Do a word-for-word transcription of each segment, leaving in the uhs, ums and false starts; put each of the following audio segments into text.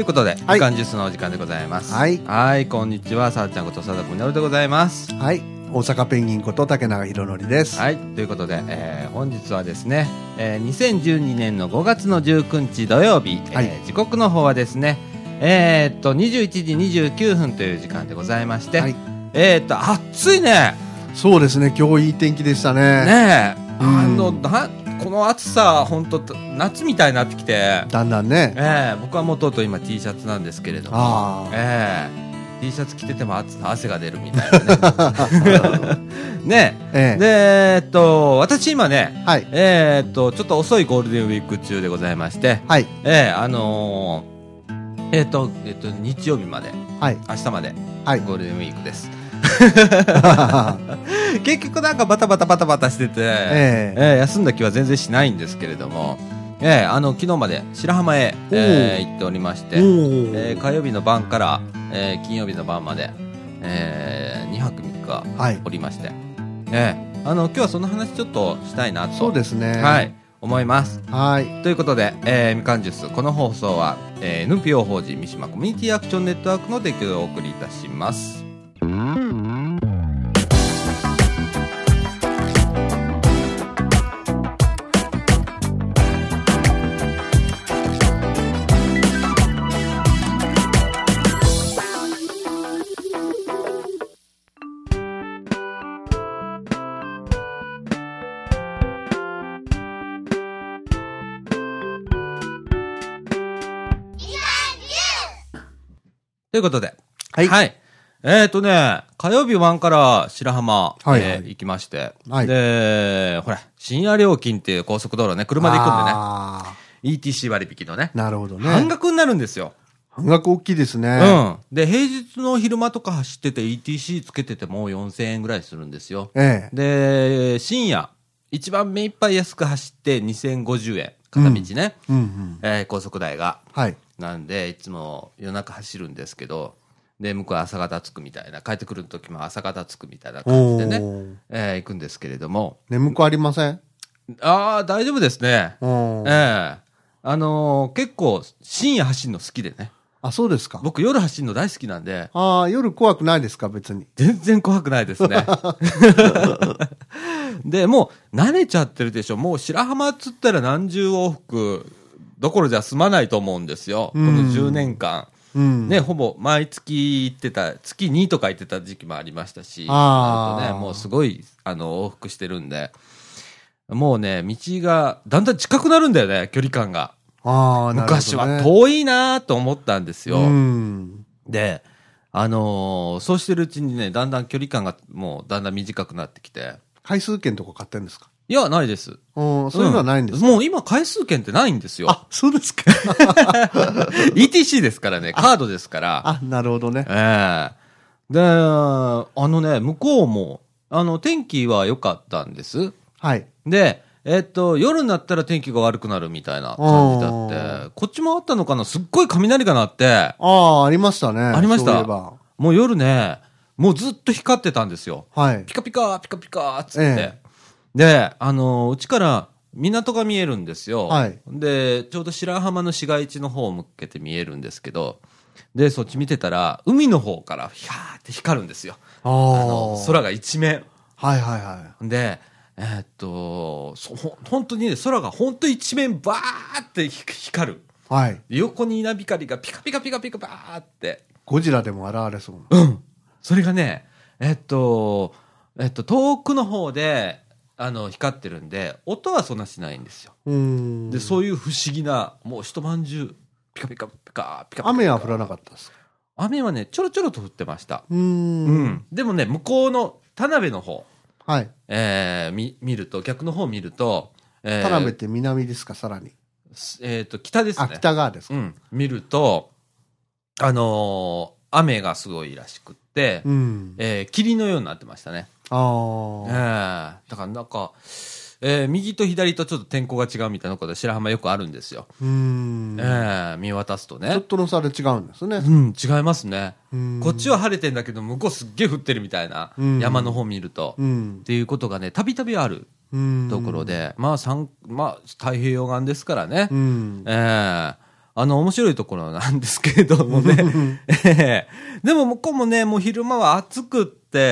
いうことで、 はい、 みかんジュースのお時間でございます。 はい、 はいこんにちは、さあちゃんこと佐田みのるでございます。 はい、大阪ペンギンこと竹永宏典です。 はい、ということで、えー、本日はですね、えー、にせんじゅうにねんのごがつのじゅうくにち土曜日、はい、えー、時刻の方はですね、えー、っとにじゅういちじにじゅうきゅうふんという時間でございまして、はい、えー、っと暑いね。 そうですね、今日いい天気でしたね。 ねえ、あのなこの暑さ本当夏みたいになってきて、 だんだんね、 えー、僕はもうとうとう今 T シャツなんですけれども、あ、えー、T シャツ着てても汗が出るみたいなねね、ええ、で、えー、っと私今ね、はい、えー、っとちょっと遅いゴールデンウィーク中でございまして、はい、えー、あのー、えー、っとえー、っと日曜日まで、はい、明日まで、はい、ゴールデンウィークです結局なんかバタバタバタバタしてて、えーえー、休んだ気は全然しないんですけれども、えー、あの昨日まで白浜へ、えー、行っておりまして、えー、火曜日の晩から、えー、金曜日の晩まで、えー、にはくみっかおりまして、はい、えー、あの今日はその話ちょっとしたいなと、 そうですね、 はい、思います。 はい、 ということで、えー、みかんジュース、この放送は、えー、エヌピーオー 法人三島コミュニティアクションネットワークの提供でお送りいたします。ということで、はい。はい、えっ、ー、とね、火曜日晩から白浜、はい、えー、行きまして、はい、で、ほら、深夜料金っていう高速道路ね、車で行くんでね、イーティーシー 割引のね、 なるほどね。 半額になるんですよ。 半額大きいですね。 うん。で、平日の昼間とか走ってて イーティーシー つけててもよんせんえんぐらいするんですよ。ええ。で、深夜、一番目いっぱい安く走ってにせんごじゅうえん。片道ね、うんうんうん、えー、高速代が、はい、なんでいつも夜中走るんですけど、で向こうは朝方着くみたいな、帰ってくる時も朝方着くみたいな感じでね、えー、行くんですけれども、 眠くありません？ ああ大丈夫ですね。えー、あのー、結構深夜走るの好きでね。 あ、そうですか。 僕夜走るの大好きなんで。 ああ、夜怖くないですか？別に全然怖くないですねでもう慣れちゃってるでしょ。もう白浜っつったら何十往復どころじゃ済まないと思うんですよ、うん、このじゅうねんかん、うん、ね、ほぼ毎月行ってた、月にとか行ってた時期もありましたし、あとね、もうすごいあの往復してるんで、もうね道がだんだん近くなるんだよね、距離感が。あ、ね、昔は遠いなと思ったんですよ、うん、であのー、そうしてるうちにね、だんだん距離感がもうだんだん短くなってきて。 回数券とか買ってるんですか？ いや、ないです。 そういうのはないんですか？ うん、もう今回数券ってないんですよ。 あ、そうですか。 イーティーシー ですからね、カードですから。 あ、なるほどね。 ええー、で、あのね、向こうも、あの、天気は良かったんです。はい。で、えー、っと、夜になったら天気が悪くなるみたいな感じだって、こっちもあったのかな、すっごい雷が鳴って。ああ、ありましたね。 ありました。もう夜ね、もうずっと光ってたんですよ。はい。ピカピカ、ピカピカっつって。ええ、で、あのー、うちから港が見えるんですよ。はい。で、ちょうど白浜の市街地の方を向けて見えるんですけど、で、そっち見てたら、海の方からヒャーって光るんですよ。あの、空が一面。はいはいはい。で、えー、っと、そほ本当にね、空が本当一面バーって光る。はい。横に稲光がピカピカピカピカバーって。 ゴジラでも現れそうな。うん。それがね、えっと、えっと、遠くの方で、あの、光ってるんで、音はそんなしないんですよ。うーん。で、そういう不思議な、もう一晩中、ピカピカピカ、ピカピカ。 雨は降らなかったですか？ 雨はね、ちょろちょろと降ってました。うーん。うん。でもね、向こうの田辺の方、はい。えー、み、見ると、逆の方見ると、 えー、田辺って南ですか、さらに。 えっと、北ですね。 あ、北側ですか。 うん。見ると、あのー、雨がすごいらしくって、うん、えー、霧のようになってましたね。ああ、えー。だからなんか、えー、右と左とちょっと天候が違うみたいなことで白浜よくあるんですよ。うん、えー、見渡すとね。 ちょっとの差で違うんですね。 うん、違いますね。こっちは晴れてんだけど向こうすっげえ降ってるみたいな、山の方見ると、っていうことがね、たびたびあるところで、まあ、まあ、太平洋岸ですからね。えーあの、面白いところなんですけれどもね。えー、でも、向こうもね、もう昼間は暑くって、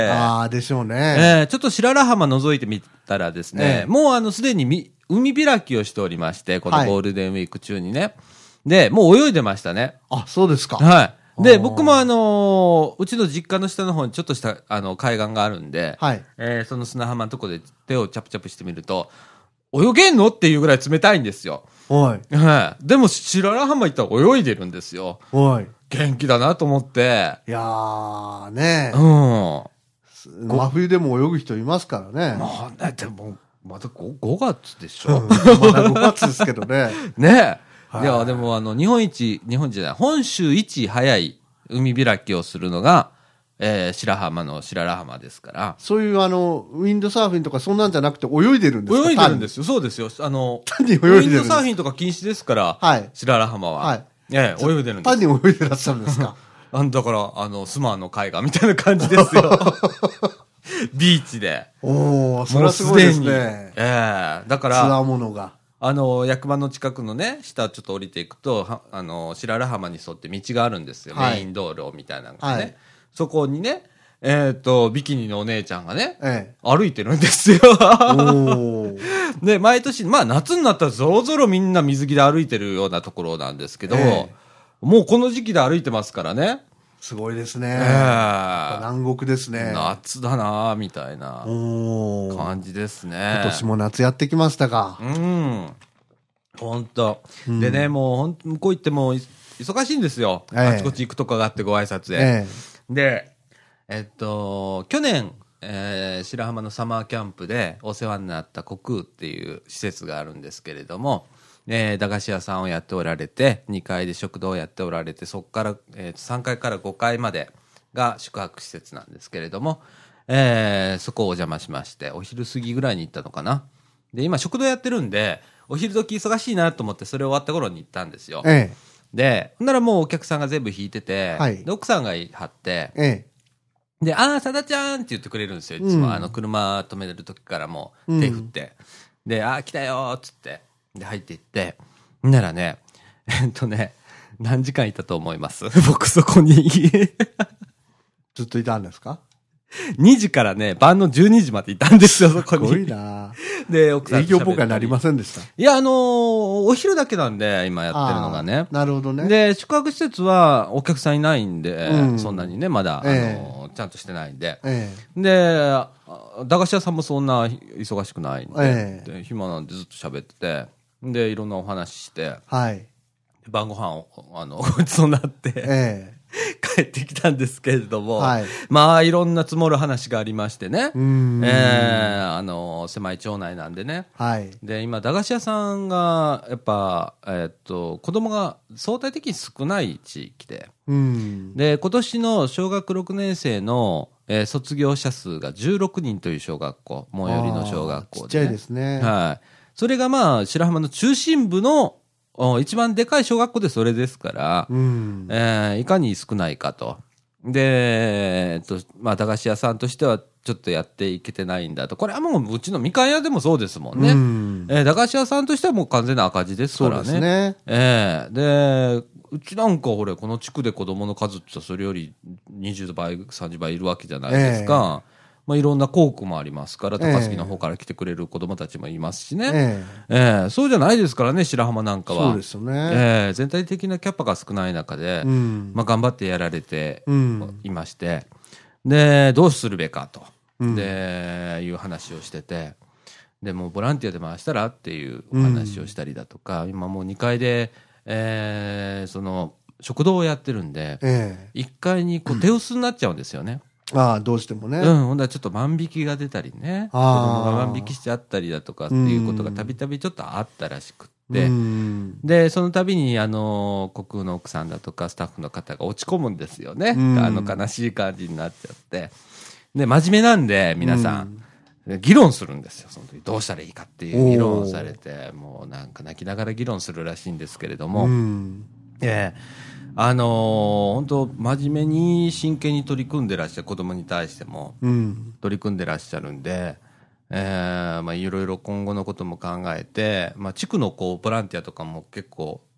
ああ、でしょうね。 えー、ちょっと白良浜覗いてみたらですね、えー、もうあの、すでにみ海開きをしておりまして、このゴールデンウィーク中にね。はい、で、もう泳いでましたね。 あ、そうですか。 はい。で、僕もあのー、うちの実家の下の方にちょっとしたあの海岸があるんで、はい、えー、その砂浜のとこで手をチャプチャプしてみると、泳げんのっていうぐらい冷たいんですよ。 はい。 はい。でも、白良浜行ったら泳いでるんですよ。はい。元気だなと思って。 いやー、ねうん。 真冬でも泳ぐ人いますからね。 まあ、ね、でも、まだ 5, ごがつでしょ。 うん、まだごがつですけどね。 ねえ。いや、でも、あの、日本一、日本一じゃない、本州一早い海開きをするのが、えー、白浜の白良浜ですから。 そういうあの、ウィンドサーフィンとかそんなんじゃなくて泳いでるんですか？ 泳いでるんですよ。そうですよ。あの、 単に泳いでるんです。 ウィンドサーフィンとか禁止ですから、はい。白良浜は。はい。ええ、泳いでるんです。 単に泳いでらっしゃるんですか？ あだから、あの、スマーの海岸みたいな感じですよ。ビーチで。 おー、それはすごいですね。 ええー、だから、 ツアーものが。 あの、役場の近くのね、下ちょっと降りていくと、あの、白良浜に沿って道があるんですよ。はい、メイン道路みたいなのがね。はい、そこにね、えっ、ー、と、ビキニのお姉ちゃんがね、ええ、歩いてるんですよ。で、毎年、まあ夏になったらぞろぞろみんな水着で歩いてるようなところなんですけど、ええ、もうこの時期で歩いてますからね。 すごいですね。えー、南国ですね。 夏だなぁ、みたいな感じですね。 今年も夏やってきましたか。 うん。ほんと。うん、でね、もうほんと、向こう行っても忙しいんですよ。えー、あちこち行くとこがあってご挨拶で。えー、で、えっと、去年、えー、白浜のサマーキャンプでお世話になった虚空っていう施設があるんですけれども、えー、駄菓子屋さんをやっておられて、にかいで食堂をやっておられて、そこから、えー、さんかいからごかいまでが宿泊施設なんですけれども、えー、そこをお邪魔しまして、お昼過ぎぐらいに行ったのかな。で、今食堂やってるんで、お昼時忙しいなと思ってそれ終わった頃に行ったんですよ。ええ、で、ほんならもうお客さんが全部引いてて、はい、で奥さんが張って、ええ、で、あー、さだちゃんって言ってくれるんですよ。いつも、うん、あの、車止める時からも手振って。うん、で、あー、来たよーっつって。で、入っていって、ならね、えっとね、何時間いたと思います僕そこに。 ずっといたんですか？ にじからね、晩のじゅうにじまでいたんですよ、そこに。 すごいなで、奥さん営業妨害になりませんでした？ いや、あのー、お昼だけなんで、今やってるのがね。 なるほどね。 で、宿泊施設はお客さんいないんで、うん、そんなにね、まだ、えー、あのー、ちゃんとしてないんで。えー、で、駄菓子屋さんもそんな忙しくないんで、えー、で暇なんでずっと喋ってて、で、いろんなお話しして、はい。晩ご飯を、あの、ごちそうになって、ええ、帰ってきたんですけれども、はい。まあ、いろんな積もる話がありましてね。うん。ええー、あの、狭い町内なんでね。はい。で、今、駄菓子屋さんが、やっぱ、えー、っと、子供が相対的に少ない地域で。うん。で、今年の小学ろくねん生の、えー、卒業者数がじゅうろくにんという小学校、最寄りの小学校で、ね。ちっちゃいですね。 はい。それがまあ、白浜の中心部の一番でかい小学校でそれですから、うんえー、いかに少ないかと。で、えっと、まあ、駄菓子屋さんとしてはちょっとやっていけてないんだと。これはもううちのみかん屋でもそうですもんね。うんえー、駄菓子屋さんとしてはもう完全な赤字ですからね。そうですね。えー、で、うちなんかほれ、この地区で子供の数ってそれよりにじゅうばい、さんじゅうばいいるわけじゃないですか。えーまあ、いろんな校区もありますから、高槻の方から来てくれる子供たちもいますしね。ええええ、そうじゃないですからね、白浜なんかは。 そうですよね。 ええ、全体的なキャパが少ない中で、うん、まあ、頑張ってやられていまして、うん、で、どうするべかと、うん、で、いう話をしてて、で、もうボランティアで回したらっていうお話をしたりだとか、うん、今もうにかいで、ええ、その、食堂をやってるんで、ええ、いっかいにこう手薄になっちゃうんですよね。 ああ、どうしてもね。 うん、ほんだらちょっと万引きが出たりね。子供が万引きしちゃったりだとかっていうことがたびたびちょっとあったらしくって。で、その度に、あの、国空の奥さんだとかスタッフの方が落ち込むんですよね。あの、悲しい感じになっちゃって。で、真面目なんで、皆さん、議論するんですよ。その時どうしたらいいかっていう議論をされて、もうなんか泣きながら議論するらしいんですけれども。ええあのー、本当真面目に真剣に取り組んでらっしゃる子供に対しても取り組んでらっしゃるんで、えー、まあいろいろ今後のことも考えて、まあ地区のこうボランティアとかも結構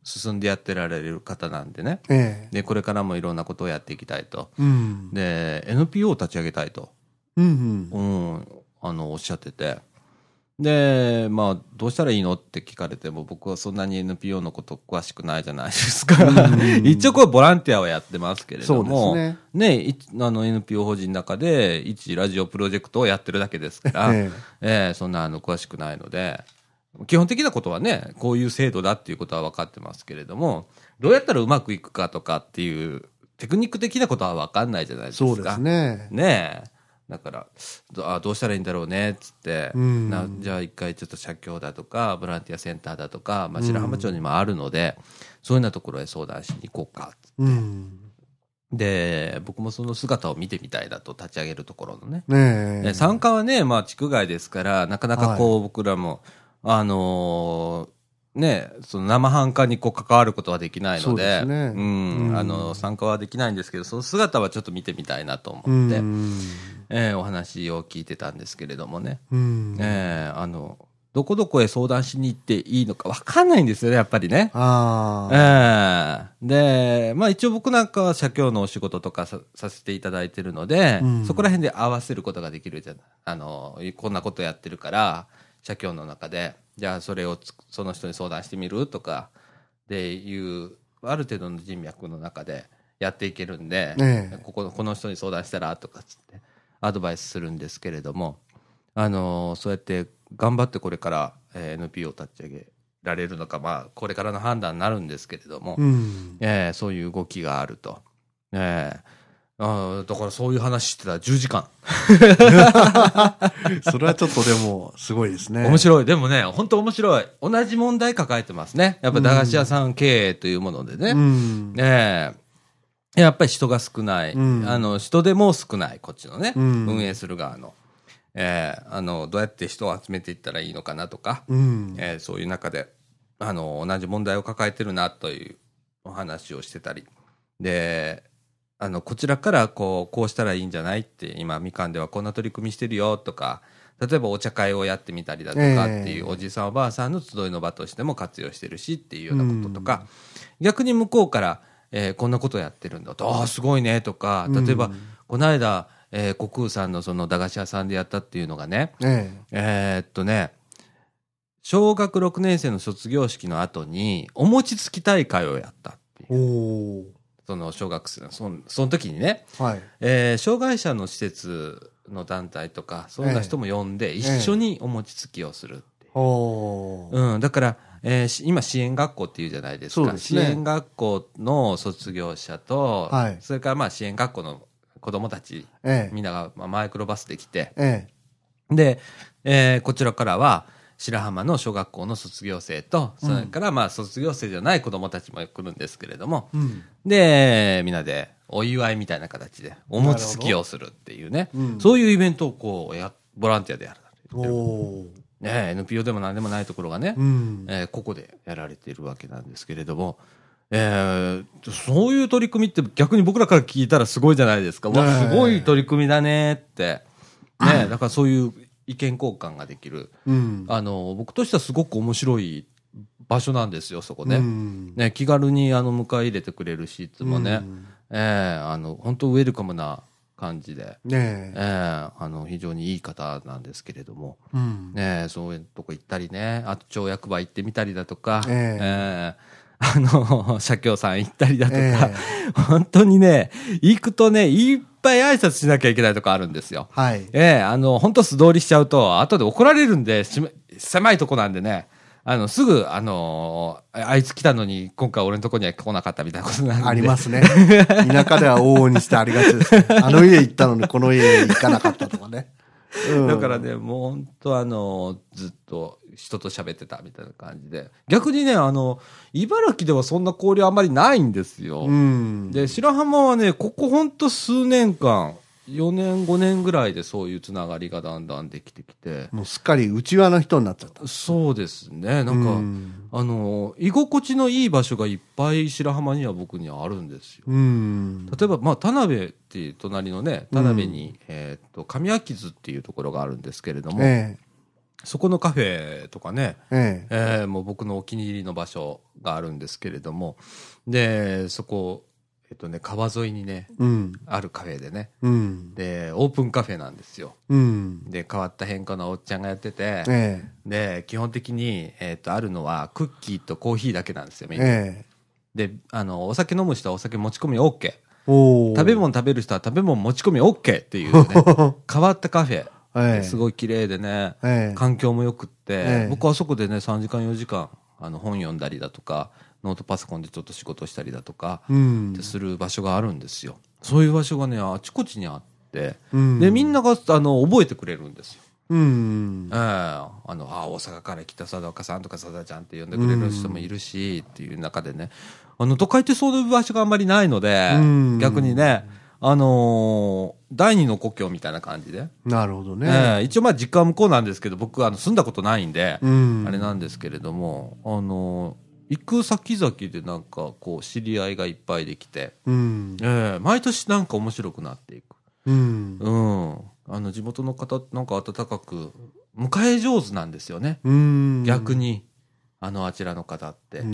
進んでやってられる方なんでね、 ええ、 でこれからもいろんなことをやっていきたいと、 うん、 で エヌピーオー を立ち上げたいと、 うんうんうん、あのおっしゃってて、でまあどうしたらいいのって聞かれても、僕はそんなに エヌピーオー のこと詳しくないじゃないですか、うん、一応こうボランティアはやってますけれども、 そうですね、ね、あの エヌピーオー 法人の中で一ラジオプロジェクトをやってるだけですから、えええー、そんなあの詳しくないので、基本的なことはね、こういう制度だっていうことは分かってますけれども、どうやったらうまくいくかとかっていうテクニック的なことは分かんないじゃないですか。 そうですね。 ねえ。だからどあどうしたらいいんだろうねっつって、うん、なじゃあ一回ちょっと社協だとかボランティアセンターだとか、まあ、白浜町にもあるので、うん、そういうようなところへ相談しに行こうかっつって、うん、で僕もその姿を見てみたいだと、立ち上げるところのね、ね参加はね、まあ、地区外ですからなかなかこう、はい、僕らもあのーね、その生半可にこう関わることはできないので、そうですね、うん、うん、あの参加はできないんですけど、その姿はちょっと見てみたいなと思って、うん、えー、お話を聞いてたんですけれどもね、うん、えー、あのどこどこへ相談しに行っていいのか分かんないんですよね、やっぱりね。あ、えー、で、まあ、一応僕なんかは社協のお仕事とか さ, させていただいてるので、うん、そこら辺で合わせることができるじゃない、あのこんなことやってるから社協の中で、じゃあそれをその人に相談してみるとかでいうある程度の人脈の中でやっていけるんで、ええ、こここの人に相談したらとかつってアドバイスするんですけれども、あのそうやって頑張ってこれから、えー、エヌピーオー 立ち上げられるのか、まあこれからの判断になるんですけれども、うん、えー、そういう動きがあると、えーあだからそういう話してたらじゅうじかんそれはちょっとでもすごいですね。 面白い。でもね、本当面白い。同じ問題抱えてますね。やっぱ駄菓子屋さん経営というものでね、うん、ねえやっぱり人が少ない、うん、あの人手も少ない、こっちのね、うん、運営する側の、えー、あのどうやって人を集めていったらいいのかなとか、うんえー、そういう中であの同じ問題を抱えてるなというお話をしてたりで、あのこちらからこうこうしたらいいんじゃないって、今みかんではこんな取り組みしてるよとか、例えばお茶会をやってみたりだとかっていう、おじさんおばあさんの集いの場としても活用してるしっていうようなこととか、逆に向こうから、えー、こんなことやってるんだと、ああすごいねとか、例えばこの間、えー、国空さんのその駄菓子屋さんでやったっていうのがね、えー、えー、っとね小学ろくねん生の卒業式の後にお餅つき大会をやったっていう。おその小学生のその、その時にね、はいえー、障害者の施設の団体とかそういうような人も呼んで一緒にお餅つきをするっていう、えーうん、だから、えー、今支援学校っていうじゃないですか。ですね、支援学校の卒業者と、はい、それからまあ支援学校の子どもたち、えー、みんながまあマイクロバスで来て、えー、で、えー、こちらからは白浜の小学校の卒業生と、それからまあ卒業生じゃない子どもたちも来るんですけれども、うん、でみんなでお祝いみたいな形でお餅つきをするっていうね、うん、そういうイベントをこうやボランティアでやるお、ね、エヌピーオー でも何でもないところがね、うんえー、ここでやられているわけなんですけれども、えー、そういう取り組みって逆に僕らから聞いたらすごいじゃないですか、えー、わすごい取り組みだねって、ね、だからそういう意見交換ができる、うん、あの僕としてはすごく面白い場所なんですよ、そこね。うん、ね気軽にあの迎え入れてくれるし、いつもね、うんえー、あの本当ウェルカムな感じで、ねえー、あの非常にいい方なんですけれども、うんね、そういうとこ行ったりね、あと町役場行ってみたりだとか、えーえーあの社協さん行ったりだとか、えー、本当にね行くとねいっぱい挨拶しなきゃいけないとこあるんですよ。はい、えー、あの本当素通りしちゃうと後で怒られるんで、し狭いとこなんでね、あのすぐあのあいつ来たのに今回俺のとこには来なかったみたいなことなんでありますね。田舎では往々にしてありがちです、ね、あの家行ったのにこの家行かなかったとかね。 うん、だからねもう本当あのずっと人と喋ってたみたいな感じで、逆にねあの茨城ではそんな交流あんまりないんですよ。うん、で白浜はねここ本当数年間よねんごねんぐらいでそういうつながりがだんだんできてきて、 もうすっかり内輪の人になっちゃった。 そうですね、なんか、うん、あの居心地のいい場所がいっぱい白浜には僕にはあるんですよ。うん、例えば、まあ、田辺っていう隣のね田辺に、うんえー、と上秋津っていうところがあるんですけれども、えそこのカフェとかね、 えええー、もう僕のお気に入りの場所があるんですけれども、で、そこ、えっとね、川沿いにね、うん、あるカフェでね、うん、で、オープンカフェなんですよ。うん、で、変わった変化のおっちゃんがやってて、ええ、で、基本的に、えっと、あるのはクッキーとコーヒーだけなんですよ、メニュー。ええ、で、あの、お酒飲む人はお酒持ち込み OK。食べ物食べる人は食べ物持ち込み OK っていうね、変わったカフェ。ええ、すごい綺麗でね、ええ、環境も良くって、ええ、僕はそこでね、さんじかんよじかん、あの、本読んだりだとか、ノートパソコンでちょっと仕事したりだとか、うん、する場所があるんですよ。そういう場所がね、あちこちにあって、うん、で、みんなが、あの、覚えてくれるんですよ。うん。ええー、あの、あ、大阪から来た佐岡さんとか佐田ちゃんって呼んでくれる人もいるし、っていう中でね、あの、都会ってそういう場所があんまりないので、うん、逆にね、あのー、第二の故郷みたいな感じで。 なるほどね。 えー、一応まあ実家は向こうなんですけど、僕はあの住んだことないんで、うん、あれなんですけれども、あのー、行く先々でなんかこう知り合いがいっぱいできて、うんえー、毎年なんか面白くなっていく。うん。うん。あの地元の方なんか温かく、迎え上手なんですよね。うん。逆に、あのあちらの方って。うん。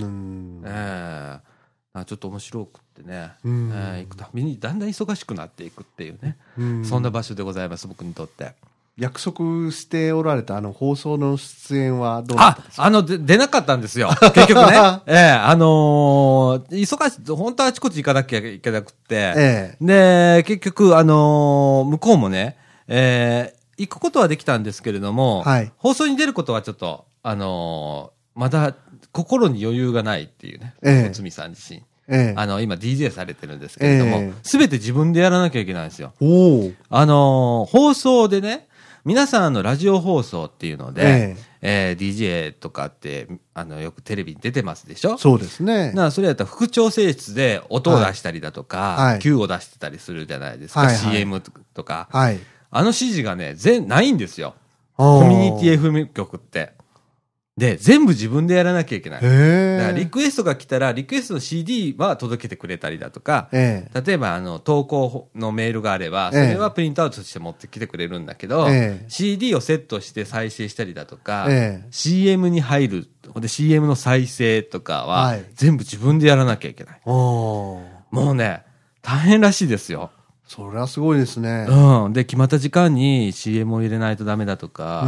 えーあちょっと面白くってね、うんえー、行くたびにだんだん忙しくなっていくっていうね、うん、そんな場所でございます、僕にとって。 約束しておられたあの放送の出演はどうだったんですか？ あ、あの、で出なかったんですよ。結局ね。ええー、あのー、忙しい、本当はあちこち行かなきゃいけなくって、ええ、で、結局、あのー、向こうもね、えー、行くことはできたんですけれども、はい、放送に出ることはちょっと、あのー、まだ心に余裕がないっていうね、ええ、内海さん自身。ええ、あの、今 ディージェー されてるんですけれども、すべ、ええ、て自分でやらなきゃいけないんですよ。おあのー、放送でね、皆さんのラジオ放送っていうので、えええー、ディージェー とかって、あの、よくテレビに出てますでしょ？ そうですね。 だからそれやったら副調整室で音を出したりだとか、はい、Q を出してたりするじゃないですか、はいはい、シーエム とか。はい、あの指示がね、全、ないんですよ。コミュニティ エフエム 局って。で、全部自分でやらなきゃいけない。だからリクエストが来たら、リクエストの シーディー は届けてくれたりだとか、例えば、あの、投稿のメールがあれば、それはプリントアウトして持ってきてくれるんだけど、シーディー をセットして再生したりだとか、シーエム に入る、で シーエム の再生とかは、全部自分でやらなきゃいけない。もうね、大変らしいですよ。 それはすごいですね。 うん。で、決まった時間に シーエム を入れないとダメだとか、うん、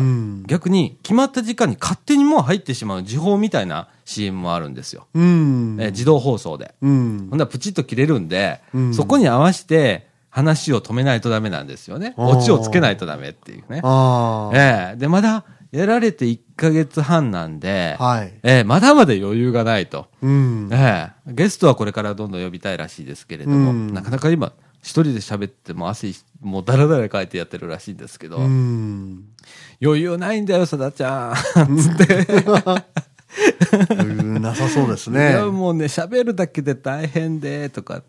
逆に決まった時間に勝手にもう入ってしまう時報みたいな シーエム もあるんですよ。うん、え自動放送で。うん、ほんならプチッと切れるんで、うん、そこに合わせて話を止めないとダメなんですよね。オチをつけないとダメっていうね。あえー、で、まだやられていっかげつはんなんで、はいえー、まだまだ余裕がないと、うんえー。ゲストはこれからどんどん呼びたいらしいですけれども、うん、なかなか今、一人で喋っても汗、もうダラダラかいてやってるらしいんですけど、うん余裕ないんだよ、さだちゃん。つって。 余裕なさそうですね。 いや、もうね、喋るだけで大変で、とかって。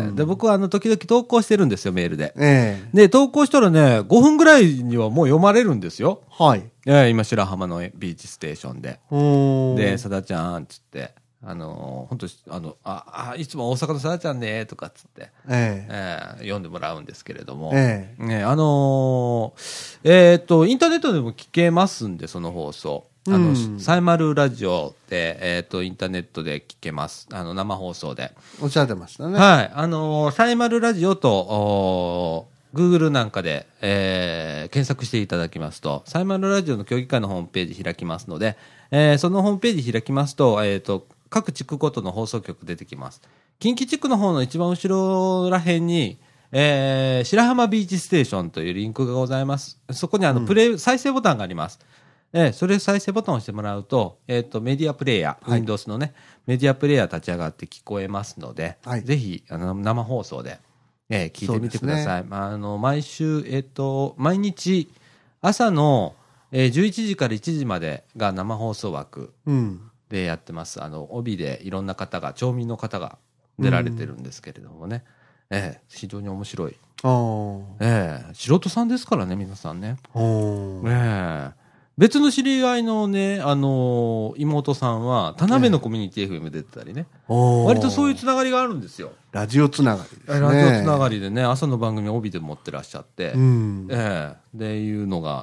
で、僕はあの、時々投稿してるんですよ、メールで。ええ、で、投稿したらね、ごふんぐらいにはもう読まれるんですよ。はい。ええ、今、白浜のビーチステーションで。で、さだちゃん、つって。あの、本当あの、あ、あ、いつも大阪のさだちゃんね、とかっつって、えええー、読んでもらうんですけれども、ええね、あのー、えー、っと、インターネットでも聞けますんで、その放送。あの、うん、サイマルラジオで、えー、っと、インターネットで聞けます。あの、生放送で。 おっしゃってましたね。 はい。あのー、サイマルラジオと、おGoogle なんかで、えー、検索していただきますと、サイマルラジオの協議会のホームページ開きますので、えー、そのホームページ開きますと、えー、っと、各地区ごとの放送局出てきます。近畿地区の方の一番後ろら辺に、えー、白浜ビーチステーションというリンクがございます。そこにあの、プレイ、うん、再生ボタンがあります。えー、それ再生ボタンを押してもらうと、えっと、メディアプレイヤー、はい、Windows のね、メディアプレイヤー立ち上がって聞こえますので、はい、ぜひ、あの、生放送で、えー、聞いてみてください。ね、まあ、あの、毎週、えっと、毎日、朝の、えー、じゅういちじからいちじまでが生放送枠。うんでやってます。あの、帯でいろんな方が、町民の方が出られてるんですけれどもね。うん、ええ、非常に面白い。ええ、素人さんですからね、皆さんね。ええ、別の知り合いのね、あのー、妹さんは、田辺のコミュニティ エフエム 出てたりね。割とそういうつながりがあるんですよ。 ラジオつながりですね。 ラジオつながりでね、朝の番組帯で持ってらっしゃって、うん、ええ、でいうのが、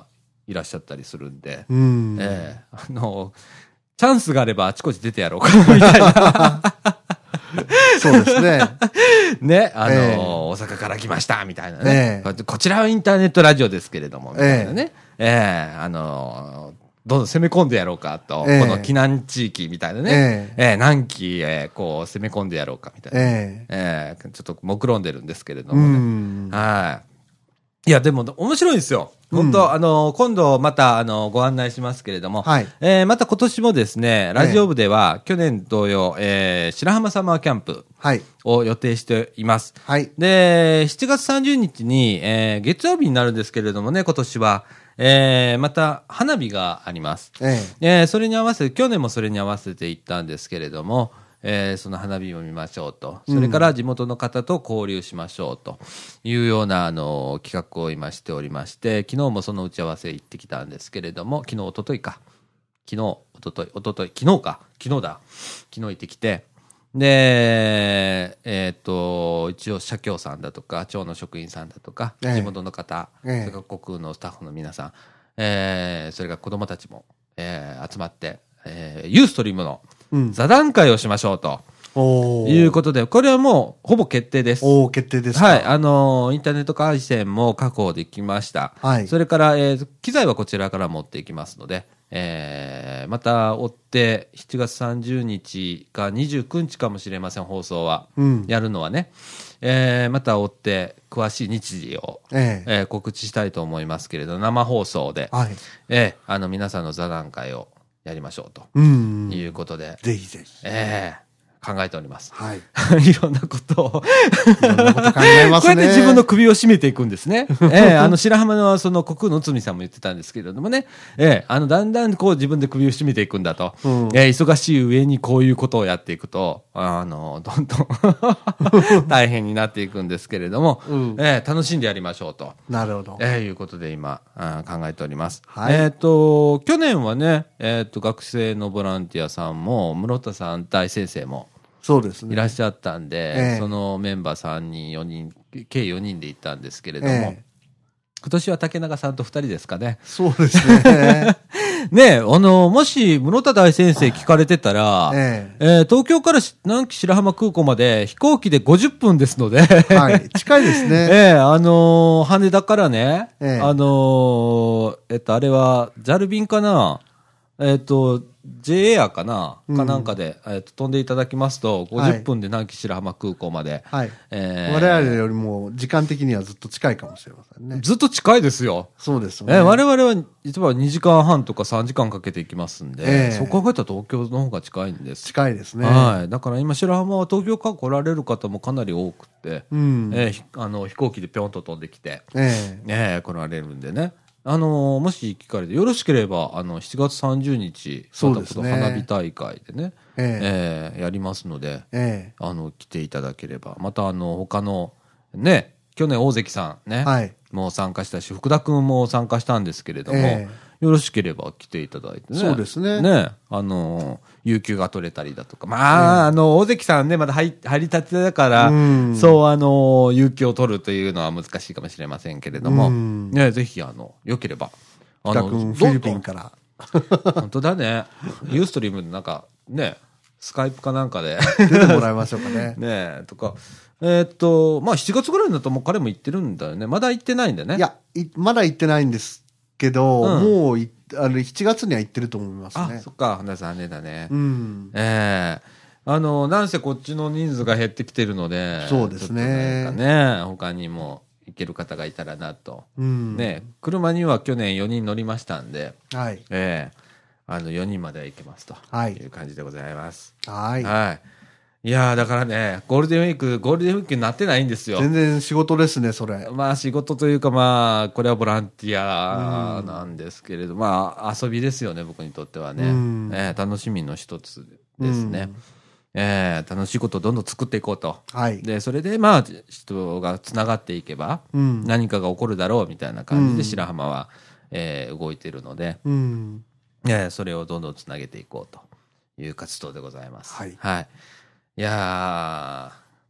いらっしゃったりするんで、 うん、 ええー、あの、チャンスがあればあちこち出てやろうかみたいな。 そうですね。 ね、あのーえー、大阪から来ましたみたいなね、えー。こちらはインターネットラジオですけれども、みたいなね。えー、えー、あのー、どんどん攻め込んでやろうかと、えー、この避難地域みたいなね、えーえー、何期、えー、こう攻め込んでやろうかみたいな、えーえー、ちょっと目論んでるんですけれどもね。はい。いや、でも面白いんですよ。本当、うん、あの、今度また、あの、ご案内しますけれども、はい、えー、また今年もですね、ラジオ部では、去年同様、えー、白浜サマーキャンプを予定しています。はい、で、しちがつさんじゅうにちに、えー、月曜日になるんですけれどもね、今年は、えー、また花火があります。えー、えー、それに合わせて、去年もそれに合わせて行ったんですけれども、えー、その花火を見ましょうと。それから地元の方と交流しましょうというような、あの、企画を今しておりまして、昨日もその打ち合わせ行ってきたんですけれども、昨日、一昨日か。昨日、一昨日、一昨日、昨日か。昨日だ。昨日行ってきて、で、えっと、一応社協さんだとか、町の職員さんだとか、地元の方、ええ、それから航空のスタッフの皆さん、えー、それから子供たちも、えー、集まって、えー、ユーストリームの座談会をしましょうと。うん、いうことで、これはもうほぼ決定です。 おー、決定ですか。 はい。あのー、インターネット回線も確保できました。はい。それから、えー、機材はこちらから持っていきますので、えー、また追ってしちがつさんじゅうにちかにじゅうくにちかもしれません、放送は。うん、やるのはね。えー、また追って詳しい日時を、えーえー、告知したいと思いますけれど、生放送で、はい、えー、あの皆さんの座談会をやりましょうと、うん、いうことで。 ぜひぜひ。 えー考えております。 はい。 いろんなことを。 いろんなこと考えますね。 こうやって自分の首を絞めていくんですね。ええー、あの白浜のその国空の内海さんも言ってたんですけれどもね。ええー、あのだんだんこう自分で首を絞めていくんだと。うん、えー、忙しい上にこういうことをやっていくと、あのどんどん大変になっていくんですけれども、うん、えー、楽しんでやりましょうと。 なるほど。 えー、いうことで今あ考えております。はい、えっ、ー、と去年はね、えっ、ー、と学生のボランティアさんも室田さん大先生も。 そうですね。 いらっしゃったんで、ええ、そのメンバーさんにん、よにん、計よにんで行ったんですけれども、ええ、今年は竹中さんとふたりですかね。 そうですね。 ねえ、あの、もし、室田大先生聞かれてたら、えええー、東京から南紀白浜空港まで飛行機でごじゅっぷんですので、 はい、近いですね。 ええあのー、羽田からね、ええ、あのー、えっと、あれは、ジャル便かなえっと、ジェイエア かな、うん、かなんかで、えー、と飛んでいただきますと、ごじゅっぷんで南紀白浜空港まで。はい。 えー、我々よりも時間的にはずっと近いかもしれませんね。 ずっと近いですよ。 そうですね。 えー、我々は、実はにじかんはんとかさんじかんかけて行きますんで、えー、そう考えたら東京の方が近いんです。 近いですね。 はい。だから今白浜は東京から来られる方もかなり多くて、うん、えー、あの飛行機でぴょんと飛んできて、えー、えー、来られるんでね。あのー、もし聞かれてよろしければ、あの、しちがつさんじゅうにち、またこの花火大会でね、ええー、やりますので、えー、あの、来ていただければ。また、あの、他の、ね、去年大関さんね、はい、もう参加したし、福田くんも参加したんですけれども、えー、よろしければ来ていただいてね。 そうですね。 ね、あのー、有給が取れたりだとか。まあ、えー、あの、大関さんね、まだ入入りたてだから、うそう、あの、有給を取るというのは難しいかもしれませんけれども、ね、ぜひ、あの、よければ。 あの、フィリピンから。 本当だね。ユーストリームでなんか、ね、スカイプかなんかで。 出てもらいましょうかね。 ねとか。えー、っと、まあ、しちがつぐらいだともう彼も行ってるんだよね。まだ行ってないんだよね。 いや、いまだ行ってないんですけど、うん、もうい、あの、しちがつには行ってると思いますね。 あ、そっか、残念だね。うん。ええー、あの、なんせこっちの人数が減ってきてるので、 そうですね。 なんかね、他にも行ける方がいたらなと。うん。ね、車には去年よにん乗りましたんで、はい。ええー、あの、よにんまでは行けますと。はい。いう感じでございます。はい。はい。いやー、だからね、ゴールデンウィーク、ゴールデンウィークになってないんですよ。 全然仕事ですね、それ。 まあ仕事というかまあ、これはボランティアなんですけれど、まあ遊びですよね、僕にとってはね。えー、楽しみの一つですね。えー、楽しいことをどんどん作っていこうと。はい。で、それでまあ、人がつながっていけば、何かが起こるだろうみたいな感じで白浜は、えー、動いているので、うんえー、それをどんどんつなげていこうという活動でございます。はい。はいいや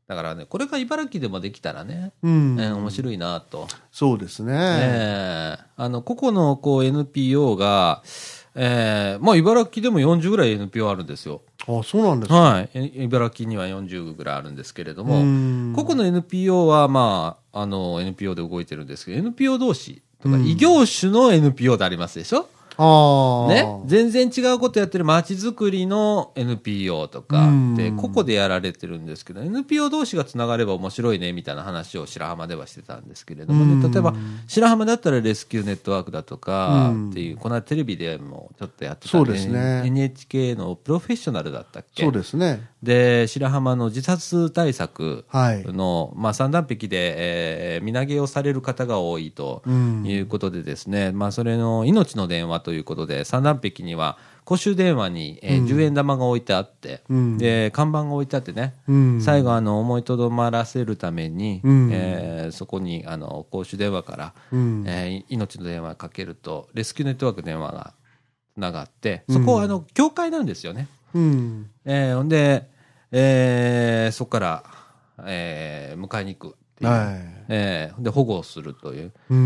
だからね、これが茨城でもできたらね、うんえー、面白いなと。 そうですね。 えー、あの、個々のこう エヌピーオー が、えー、まあ茨城でもよんじゅうぐらい エヌピーオー あるんですよ。 あ、そうなんですか。 はい。茨城にはよんじゅうぐらいあるんですけれども、個々の エヌピーオー はまあ、あの、エヌピーオー で動いてるんですけど、エヌピーオー 同士とか、異業種の エヌピーオー でありますでしょ。 あね、全然違うことやってる街づくりの エヌピーオー とかで個々でやられてるんですけど、 エヌピーオー 同士がつながれば面白いねみたいな話を白浜ではしてたんですけれどもね、例えば白浜だったらレスキューネットワークだとかっていう、この間テレビでもちょっとやってた、 そうですね、 エヌエイチケー のプロフェッショナルだったっけ。 そうですね。 で白浜の自殺対策の、はいまあ、三段壁で、えー、身投げをされる方が多いということでですね、まあ、それの命の電話ということで三段壁には公衆電話に、えー、じゅうえん玉が置いてあって、うん、で看板が置いてあってね、うん、最後あの思いとどまらせるために、うんえー、そこにあの公衆電話から、うんえー、命の電話かけるとレスキューネットワーク電話がつながってそこはあの教会なんですよね、うんえー、ほんで、えー、そこから、えー、迎えに行くっていう、はいえー、で保護をするという、うん、